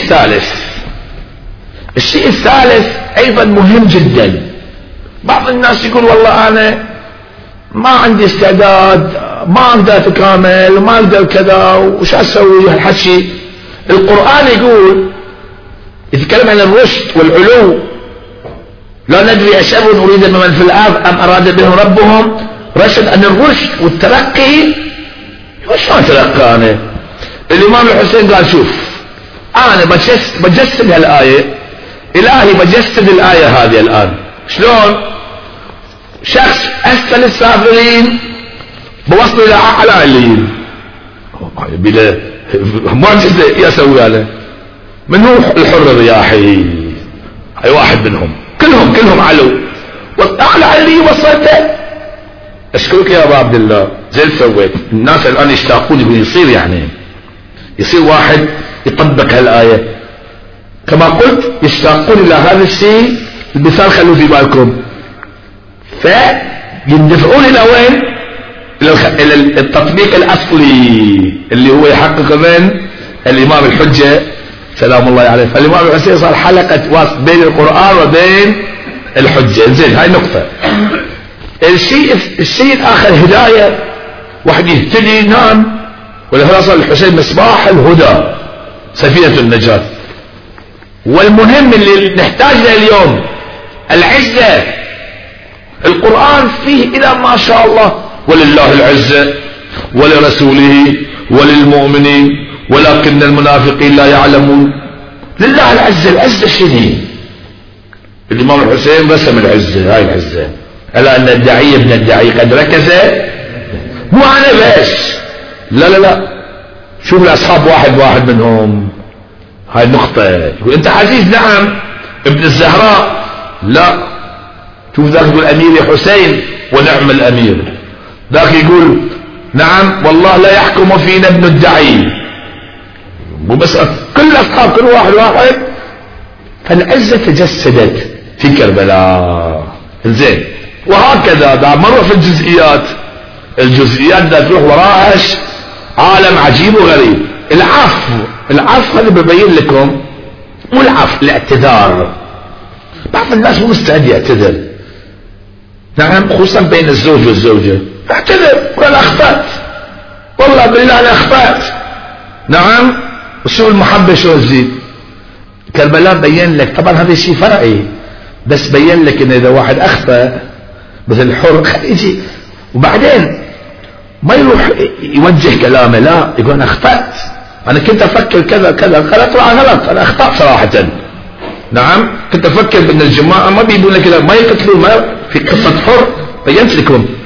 [SPEAKER 1] الثالث أيضا مهم جدا. بعض الناس يقول والله أنا ما عندي استعداد، ما أقدر أتكامل، ما أقدر كذا، وش أسوي هالحكي؟ القرآن يقول يتكلم عن الرشد والعلو، لا ندري أشر أريد بمن في الأرض أم أراد بهم ربهم رشد. أن الرشد والترقي شلون ترقى أنا؟ الإمام الحسين قال شوف أنا بجسد هالآية، إلهي بجسد الآية هذه الآن. شلون؟ شخص أسفل السافلين بوصل إلى أعلى عليين، بلا معجزة يسوي هذا. من هو الحر الرياحي؟ هاي واحد منهم، كلهم علو، والأعلى علي وصلته. أشكرك يا أبا عبد الله، زين سويت. الناس الآن يشتاقون يقول يصير واحد يطبق هالآية. كما قلت يشتاقون إلى هذا الشيء. المثال خلوا في بالكم، فيندفعون إلى وين؟ إلى التطبيق الأصلي اللي هو يحقق من الإمام الحجة سلام الله عليه. فالإمام الحسين صار حلقة واسط بين القرآن وبين الحجة. زين هاي نقطة. الشيء الآخر هداية، واحد يهتدي ينام، ولهذا صار الحسين مصباح الهدى، سفينة النجاة. والمهم اللي نحتاج له اليوم العزة. القرآن فيه إلى ما شاء الله، ولله العزة ولرسوله وللمؤمنين ولكن المنافقين لا يعلمون. لله العزة شنو؟ الإمام الحسين رسم العزة. هاي العزة ألا أن الداعية ابن الداعي قد ركز، مو أنا بس، لا شوف الأصحاب واحد منهم. هاي النقطة. يقول أنت عزيز، نعم. ابن الزهراء لا، شوف ذاك يقول أمير حسين ونعم الأمير، ذاك يقول نعم والله لا يحكم فينا ابن الدعي. مو بس كل الأصحاب، كل واحد. فالعزة تجسدت في كربلاء. زين وهكذا دا مرة في الجزئيات دا تروح وراها عالم عجيب وغريب. العفو هذا ببين لكم، مو العفو الاعتذار. بعض الناس مو مستعد يعتذر، نعم، خصوصا بين الزوج والزوجة. اعتذر، قال أخطأت، والله بالله أنا أخطأت. نعم. وشو المحبة شو تزيد؟ كربلاء بين لك، طبعا هذا شيء فرعي، بس بين لك إن إذا واحد أخطأ مثل الحر يجي وبعدين ما يروح يوجه كلامه، لا يقول أنا أخطأت، أنا كنت أفكر كذا غلط، أنا أخطأت صراحة. نعم، كنت أفكر بأن الجماعة ما بيقولون كذا، ما يقتلون. ما في قصة حر بينت لكم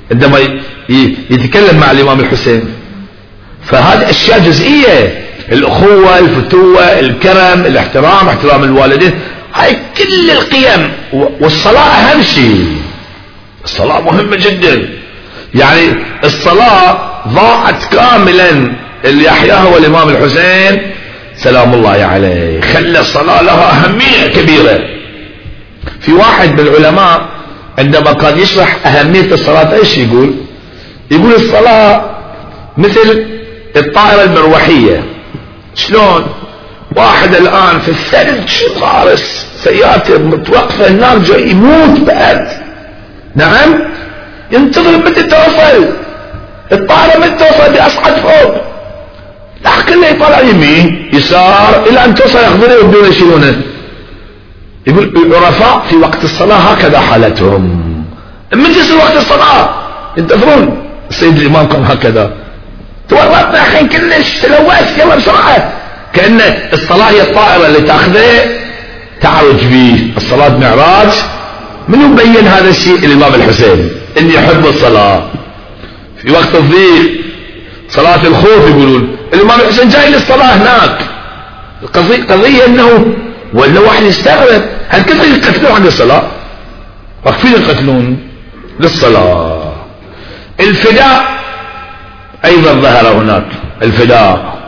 [SPEAKER 1] عندما يتكلم مع الإمام الحسين. فهذه أشياء جزئية، الأخوة، الفتوة، الكرم، الاحترام، احترام الوالدين، هاي كل القيم. والصلاة أهم شيء، الصلاة مهمة جدا. يعني الصلاة ضاعت كاملا اللي أحياها هو الإمام الحسين سلام الله عليه، خلى الصلاة لها أهمية كبيرة. في واحد من العلماء عندما كان يشرح أهمية الصلاة ايش يقول؟ يقول الصلاة مثل الطائرة المروحية. شلون؟ واحد الآن في الثلج غارس، سيارته متوقفة، النار جاي يموت بعد، نعم، ينتظر متى توصل الطائرة، متى توصل يصعد فوق، لكن يطلع يمين يسار إلى أن توصل، ياخذونه يبدون يشيلونه. يقول العرفاء في وقت الصلاة هكذا حالتهم، من يصير وقت الصلاة ينتظرون. السيد الإمام كان هكذا، تورطنا الحين كلش تلوث، يلا بسرعة. كأن الصلاة هي الطائرة اللي تاخذه تعرج به، الصلاة معراج. من يبين هذا الشيء؟ الإمام الحسين، إني يحب الصلاة في وقت الضيق، صلاة الخوف. يقولون الإمام الحسين جاي للصلاة هناك. القضية أنه ولا واحد يستغرب، هل كثير يقتلون عن الصلاة؟ واقفين يقتلون للصلاة. الفداء أيضا ظهر هناك، الفداء.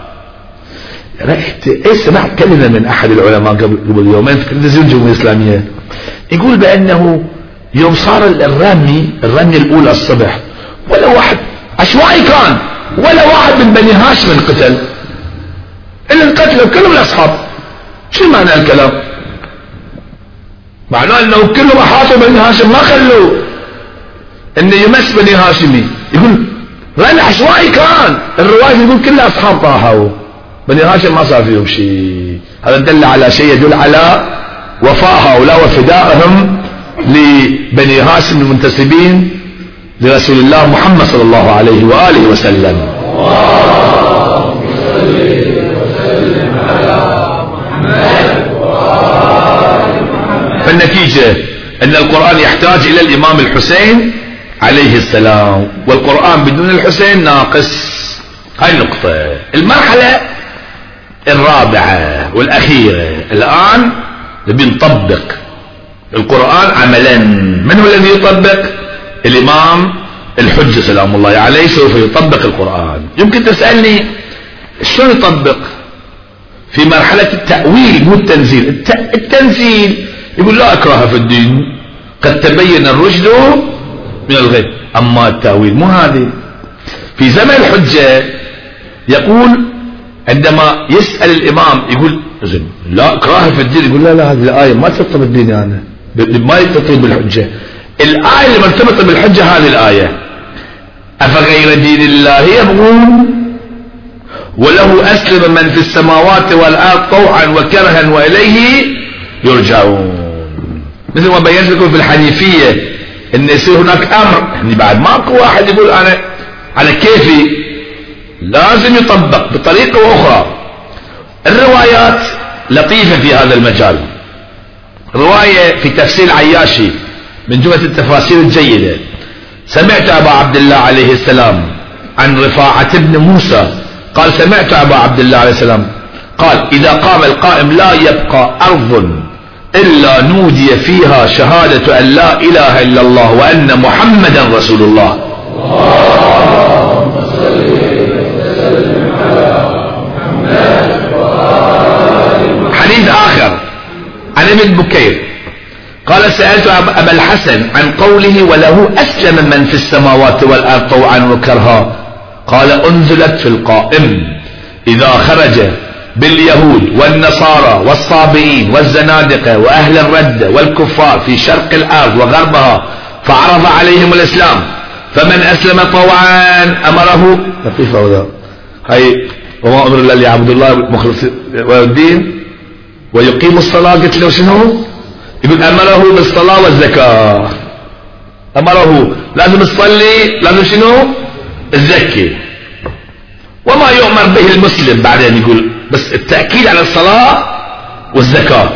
[SPEAKER 1] سمعت كلمة من أحد العلماء قبل يومين في تلفزيون الجمهورية الإسلامية، يقول بأنه يوم صار الرمي الأولى الصبح، ولا واحد عشوائي كان، ولا واحد من بني هاشم انقتل، إلا انقتلوا كلهم الأصحاب. شو معنى الكلام؟ معناه أنه كلهم أحاطوا بني هاشم، ما خلوا أنه يمس بني هاشمي. يقول رمي عشوائي كان، الرواية يقول كل أصحاب طاحوا، بني هاشم ما صار فيهم شيء. هذا دل على شيء يدل على وفاء هؤلاء وفدائهم لبني هاشم المنتسبين لرسول الله محمد صلى الله عليه وآله وسلم. فالنتيجة أن القرآن يحتاج إلى الإمام الحسين عليه السلام، والقرآن بدون الحسين ناقص. هاي النقطة. المرحلة الرابعة والأخيرة الآن نبي نطبق القرآن عملا. من هو الذي يطبق؟ الإمام الحجة سلام الله عليه سوف يطبق القرآن. يمكن تسألني شلون يطبق؟ في مرحلة التأويل مو التنزيل. التنزيل يقول لا إكراه في الدين، قد تبين الرشد من الغي. أما التأويل مو هذه. في زمن الحجة يقول عندما يسأل الإمام يقول لا إكراه في الدين، يقول لا هذه الآية ما ترتبط بالدين، أنا ما ترتبط بالحجة. الآية اللي مرتبطة بالحجة هذه الآية، أفغير دين الله يبغون وله أسلم من في السماوات والأرض طوعا وكرها وإليه يرجعون. مثل ما بينت لكم في الحنيفية ان يصير هناك امر، يعني بعد ماكو واحد يقول انا على كيفي، لازم يطبق بطريقة اخرى. الروايات لطيفة في هذا المجال. رواية في تفسير عياشي من جملة التفاسير الجيدة، سمعت أبا عبد الله عليه السلام عن رفاعة بن موسى قال سمعت أبا عبد الله عليه السلام قال إذا قام القائم لا يبقى أرض إلا نودي فيها شهادة أن لا إله إلا الله وأن محمدا رسول الله. اللهم صل وسلم على محمد. حديث آخر عن ابن بكير قال سألت أبا الحسن عن قوله وله أسلم من في السماوات والأرض طوعا وكرها، قال أنزلت في القائم إذا خرج باليهود والنصارى والصابئين والزنادقة وأهل الردة والكفار في شرق الأرض وغربها فعرض عليهم الإسلام فمن أسلم طوعا أمره لطيفة وذا هاي وما أمر الله ليعبد الله مخلص والدين ويقيم الصلاة. قلت له شنو؟ يقول أمره بالصلاة والزكاة، أمره لازم تصلي، لازم شنو؟ الزكي. وما يؤمر به المسلم بعدين يقول بس التأكيد على الصلاة والزكاة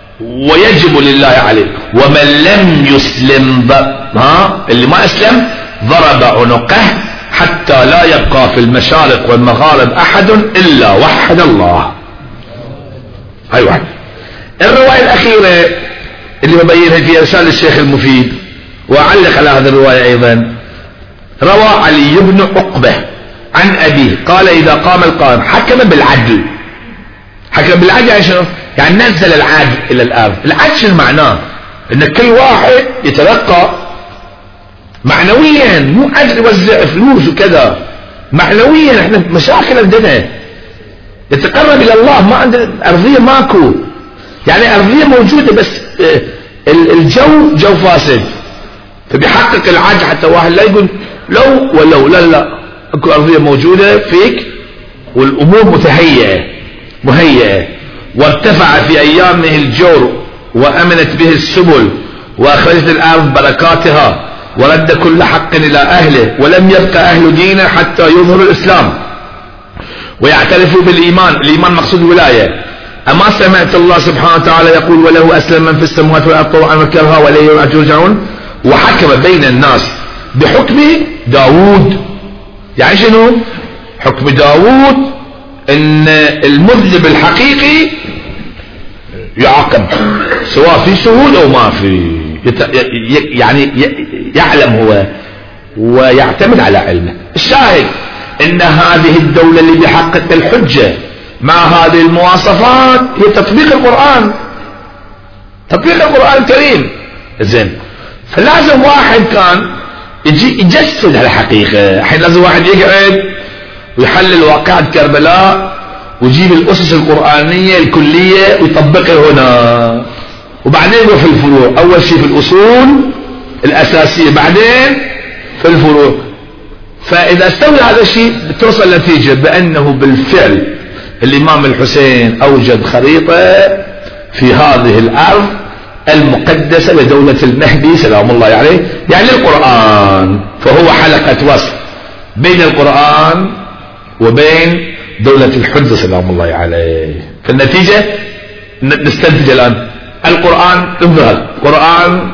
[SPEAKER 1] ويجب لله عليه. ومن لم يسلم اللي ما أسلم ضرب عنقه حتى لا يبقى في المشارق والمغارب أحد إلا وحد الله. هاي واحد. الرواية الأخيرة اللي مبينها في رسالة الشيخ المفيد وأعلق على هذه الرواية أيضا، روى علي بن عقبة عن أبيه قال إذا قام القائم حكم بالعدل. حكم بالعدل يعني شنو؟ يعني نزل العدل إلى الأرض. العدل شنو معناه؟ إن كل واحد يتلقى معنويا، مو عدل يوزع فلوس وكذا، معنويا. احنا مشاكل عندنا يتقرب إلى الله، ما عندنا أرضية، ماكو يعني أرضية موجودة بس الجو جو فاسد، فبيحقق العدل حتى واحد لا يقول لو ولو، لا اكو أرضية موجودة فيك والأمور مهيئة. وارتفع في أيامه الجور وأمنت به السبل وأخرجت الأرض بركاتها ورد كل حق إلى أهله ولم يبقى أهل دينه حتى يظهر الإسلام ويعترفوا بالإيمان. الإيمان مقصود الولاية. أما سمعت الله سبحانه وتعالى يقول وله أسلم من في السماوات والأرض طوعا وكرها وإليه ترجعون. وحكم بين الناس بحكم داود. يعني شنو حكم داود؟ ان المذنب الحقيقي يعاقب سواء في شهود او ما في، يعني يعلم هو ويعتمد على علمه. الشاهد ان هذه الدولة اللي بحقق الحجة مع هذه المواصفات هي تطبيق القرآن، تطبيق القرآن الكريم. زين، فلازم واحد كان يجي يجسد هالحقيقة. الحين لازم واحد يقعد ويحلل واقعة كربلاء ويجيب الأسس القرآنية الكلية ويطبقها هنا، وبعدين يروح في الفروع. أول شيء في الأصول الأساسية، بعدين في الفروع. فإذا استوى هذا الشيء بتوصل نتيجة بأنه بالفعل الإمام الحسين أوجد خريطة في هذه الأرض المقدسة لدولة المهدي سلام الله عليه، يعني القرآن. فهو حلقة وصل بين القرآن وبين دولة الحجة سلام الله عليه. فالنتيجة نستنتج الآن القرآن انظهر، القرآن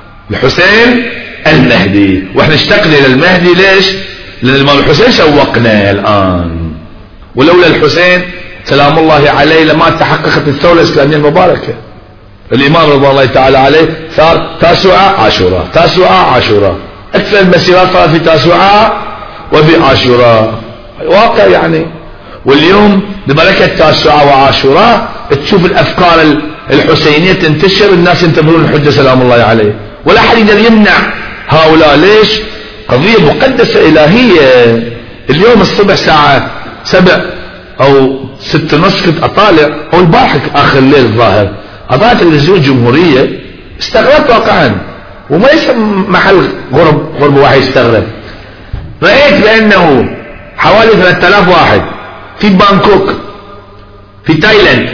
[SPEAKER 1] الحسين المهدي، واحنا اشتقنا الى المهدي. ليش؟ لان الامام الحسين شوقنا الآن، ولولا الحسين سلام الله عليه لما تحققت الثورة الإسلامية المباركة. الإمام رضي الله تعالى عليه صار تاسوعاء عاشوراء، تاسوعاء عاشوراء، أكثر المسيرات صار في تاسوعاء وفي عاشوراء، واقع يعني. واليوم ببركة تاسوعاء وعاشوراء تشوف الأفكار الحسينية تنتشر، الناس ينتظرون الحجة سلام الله عليه، ولا أحد يقدر يمنع هؤلاء. ليش؟ قضية مقدسة إلهية. اليوم الصبح الساعة 7 أو 6:30 كنت أطالع، أو البارحة آخر الليل الظاهر أضاء تلفزيون جمهورية، استغربت واقعا، وما يسمى محل غرب واحد يستغرب. رأيت بأنه حوالي 3000 واحد في بانكوك في تايلاند،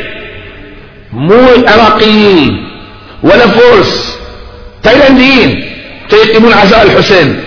[SPEAKER 1] مو عراقيين ولا فرس، تايلانديين يقيمون عزاء الحسين.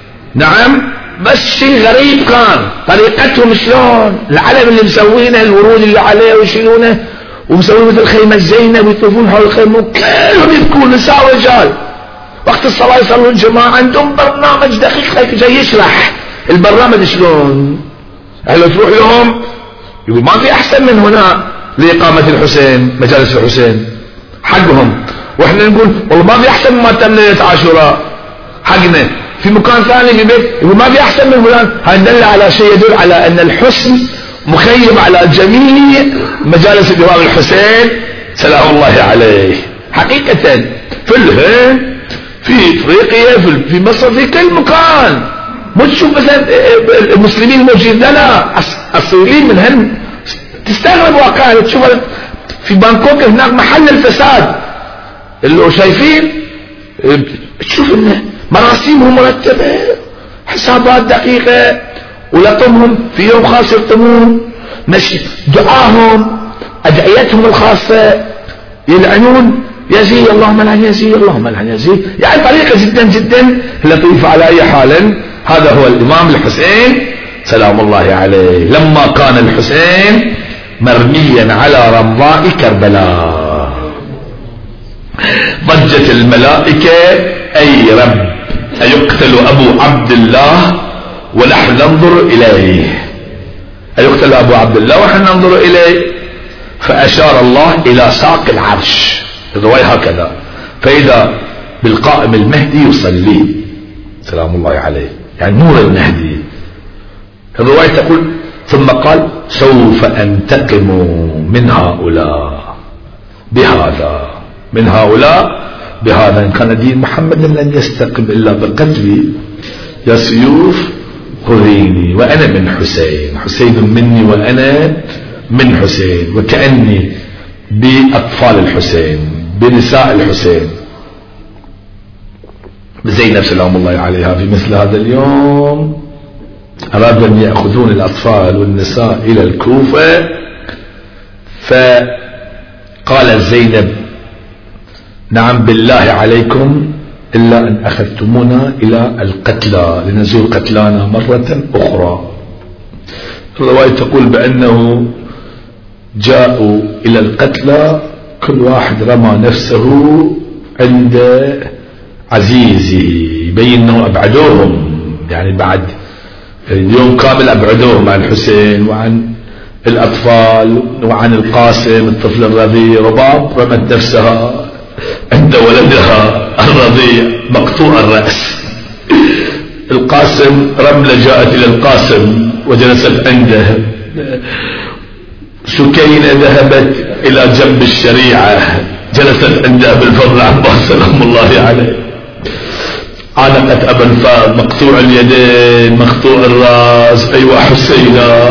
[SPEAKER 1] نعم، بس شيء غريب كان طريقتهم شلون، العلم اللي مسوينه، الورود اللي عليه ويشيلونه ومسوين مثل خيمة الزينب ويطوفون حول الخيمة، كلهم يبكون نساء ورجال. وقت الصلاة يصلون جماعة، عندهم برنامج دقيق جاي يشرح البرنامج شلون. لو تروح لهم يقول ما في أحسن من هنا لإقامة الحسين، مجالس الحسين حقهم. واحنا نقول والله ما في أحسن مما تم ليلة عاشوراء حقنا. في مكان ثاني في بيت يقول ما في أحسن من فلان. هاي دل على شيء يدل على أن الحسن مخيم على جميع مجالس الإمام الحسين سلام الله عليه. حقيقة في الهند، في افريقيا، في مصر، في كل مكان. مو تشوف مثلا المسلمين الموجودين، لا اصيلين من هند تستغرب واقعا. تشوف في بانكوك هناك محل الفساد اللي شايفين، تشوف ان مراسيمهم مرتبة، حسابات دقيقة، ولطمهم في يوم خاص يلطمون، مش دعاهم، أدعيتهم الخاصة، يلعنون يزيد اللهم لعن يزيد اللهم لعن يزيد. يعني طريقة جدا جدا لطيفة. على أي حال هذا هو الإمام الحسين سلام الله عليه. لما كان الحسين مرميا على رمضاء كربلاء ضجت الملائكة أي رب أيقتل أبو عبد الله ونحن ننظر إليه، أيقتل أبو عبد الله ونحن ننظر إليه. فأشار الله إلى ساق العرش، الرواية هكذا، فإذا بالقائم المهدي يصلي سلام الله عليه، يعني نور المهدي. الرواية تقول ثم قال سوف أنتقم من هؤلاء بهذا، من هؤلاء بهذا. إن كان دين محمد لن يستقم إلا بقتلي، يا سيوف خذيني وأنا من حسين، حسين مني وأنا من حسين، وكأني بأطفال الحسين، بنساء الحسين، زينب سلام الله عليها في مثل هذا اليوم أرادوا أن يأخذون الأطفال والنساء إلى الكوفة، فقالت زينب نعم بالله عليكم إلا أن أخذتمونا إلى القتلى لنزور قتلانا مرة أخرى. الرواية تقول بأنه جاءوا إلى القتلى كل واحد رمى نفسه عند عزيزه، يبين أنه أبعدوهم، يعني بعد اليوم كامل أبعدوهم عن الحسين وعن الأطفال وعن القاسم الطفل الرضيع. رباب رمت نفسها عند ولدها الرضيع مقطوع الرأس. القاسم رملة جاءت إلى القاسم وجلست عنده. سكينة ذهبت إلى جنب الشريعة جلست عنده بالفضل عباس سلام الله عليه. عانقت أبا الفضل مقطوع اليدين مقطوع الرأس. أيوة حسينة.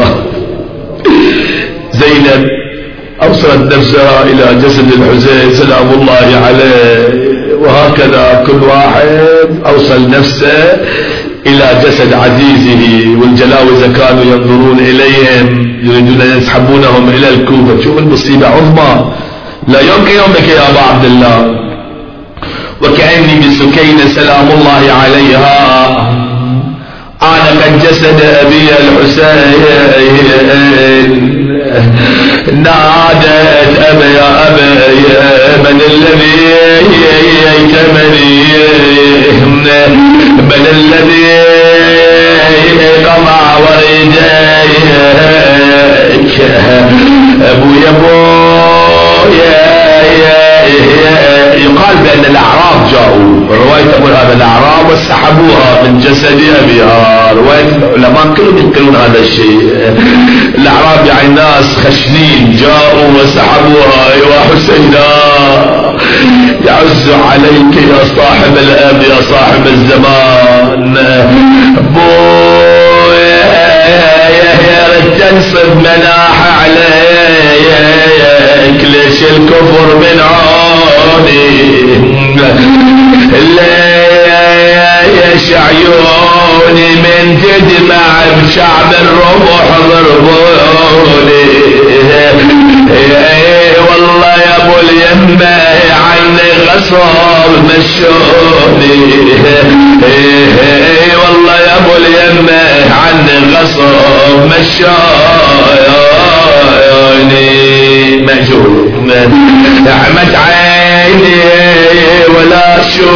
[SPEAKER 1] زينب أوصلت نفسها إلى جسد الحسين سلام الله عليه، وهكذا كل واحد أوصل نفسه إلى جسد عزيزه. والجلاوزة كانوا ينظرون إليهم يريدون أن يسحبونهم إلى الكوفة. شوف المصيبة عظمى لا يمكن يومك يا أبا عبد الله. وكأني بسكينة سلام الله عليها عانقت جسد أبي الحسين، نادت أبا يا أبا من الذي يتمني، من الذي قمع وريديك أبو يا يقال بأن الأعراب جاءوا، الرواية تقول هذا الأعراب وسحبوها من جسد أبيها. رواية العلماء كلهم ينقلون هذا الشيء. الأعراب يعني ناس خشنين جاءوا وسحبوها. أيها حسينا يعز عليك يا صاحب الأب يا صاحب الزمان، يا تنصب مناح عليك ليش الكفر من عوني، ليش عيوني من تدمع بشعب الرمح ضربوني، والله يا ابو اليمه عني غصب مشوني، والله يا ابو اليمه عني غصب مشوني. مأجور نعمت عيني ولا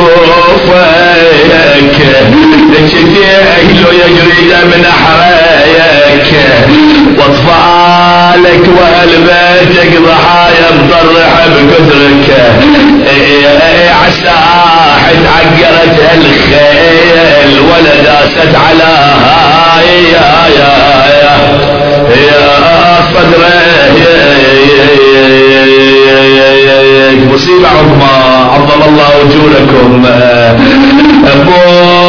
[SPEAKER 1] اشوفك، شفيعه يجري من حرايك، واطفالك واهل بيتك ضحايا بضرح بكثرك، عالساحة عقرت الخيل ولا داست على هاي يا صدره مصيبة عظمى. عظم الله وجودكم. ابو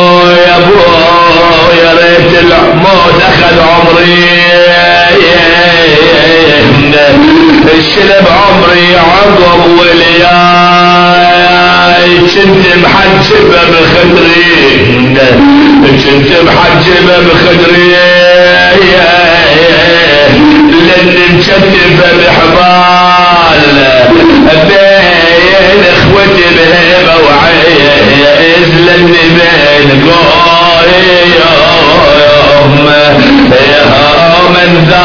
[SPEAKER 1] يا ريت الموت اخذ عمري، الشلب عمري عقب ولياي، كنت محجبه بخدري، كنت محجبه بخدري، لاني مكتفه بحبال بين اخوتي بهيبه وعز، لاني بين قويهم من ذا.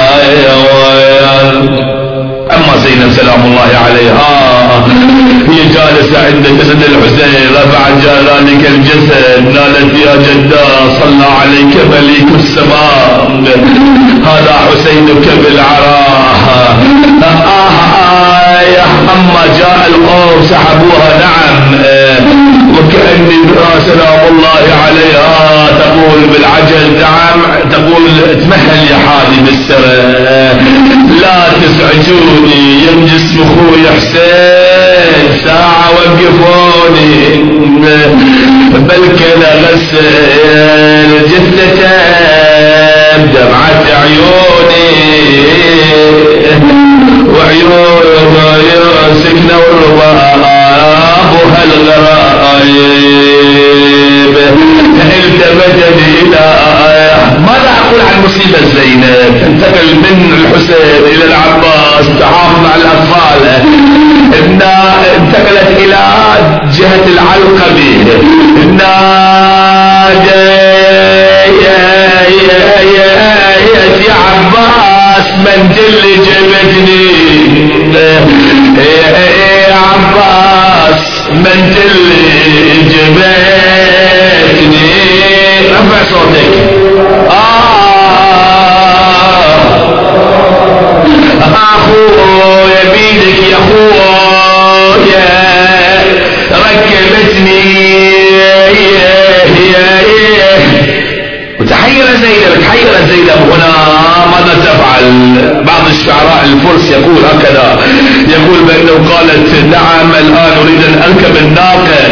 [SPEAKER 1] أما زينب سلام الله عليها هي جالس عند جسد الحسين رفع ذلك الجسد نالت يا جدا صلى عليك مليك السماء هذا حسينك بالعراء أما جاء القوم سحبوها نعم وكأني سلام الله عليها تقول بالعجل نعم تقول اتمهل يا حادي بالسرى لا تزعجوني يم جسم اخوي حسين ساعة وقفوني بل كان غسل جثته بدمعة عيوني وعيون سكنة والرباب الغرائب التفتني إلى ماذا أقول عن مصيبة زينب تنتقل من الحسين إلى العباس تعاف مع الأطفال انتقلت إلى جهة العلقبي يا عباس من اللي جبتني يا عباس من اللي جبتني رفع صوتك اخويا بيدك يا اخويا ركبتني وتحير زينب هنا ماذا تفعل بعض الشعراء الفرس يقول هكذا يقول بأنه قالت نعم الآن أريد أن أركب الناقة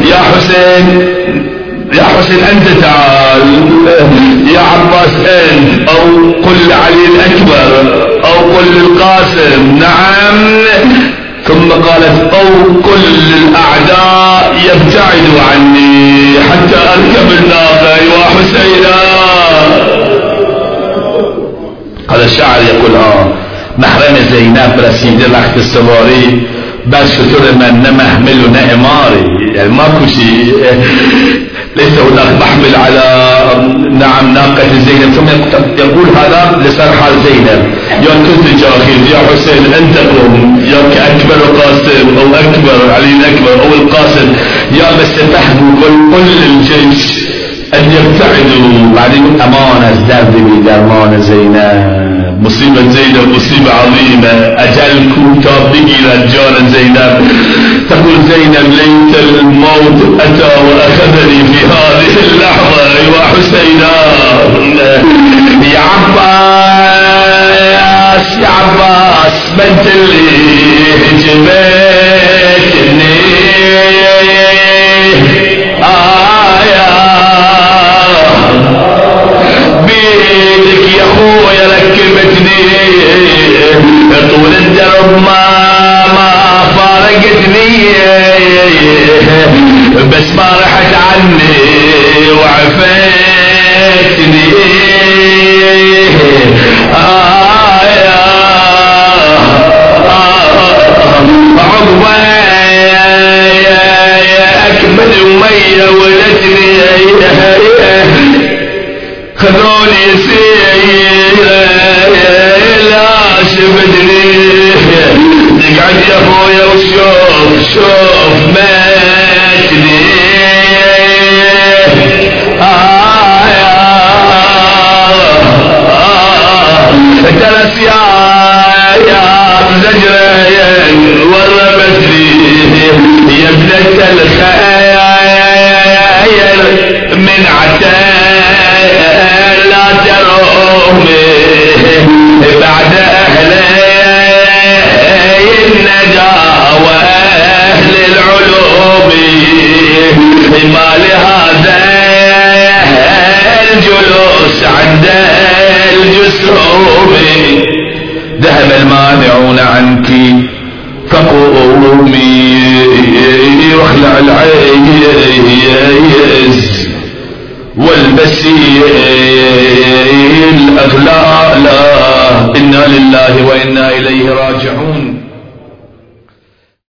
[SPEAKER 1] يا حسين أنت تعال يا عباس أنت أو قل لعلي الأكبر أو قل للقاسم نعم ثم قالت أو كل الأعداء يبتعدوا عني حتى أركب الناقة يا حسينا هذا الشاعر يقول محرم زينب رسيد رخت السواري بس شطور من نمهمل نعماري يعني ماكو شيء ليس هناك محمل على نعم ناقة زينب ثم يقول هذا لسان حال زينب يا كنت جاهل يا حسين انت قم يا كأكبر قاسم او اكبر علي الاكبر او القاسم يا بس تحبوا كل الجيش ان يبتعدوا بعدين امانة ازداد بدرمان زينب مصيبة زينب مصيبة عظيمة أجلكم تابقي رجالا زينب تقول زينب ليت الموت أتى وأخذني في هذه اللحظة يا حسينا يا عباس بنت اللي جبتني بيدك يا اخويا ركبتني طول الدرب ما فارقتني بس ما رحت عني وعفتني عقبة اكمل ومية ولتني خذوني سيرة لا شفتني تقعد يا اخويا وشوف ماتني درس يا زجرين وربتني يا ابنة الخيل من عتاب لا ترومي بعد أهلي النجا وأهل العلوم ما لهذا الجلوس عند الجسوم ذهب المانعون عنك فقومي واخلع العيز والبسي الأغلال إنا لله وإنا إليه راجعون.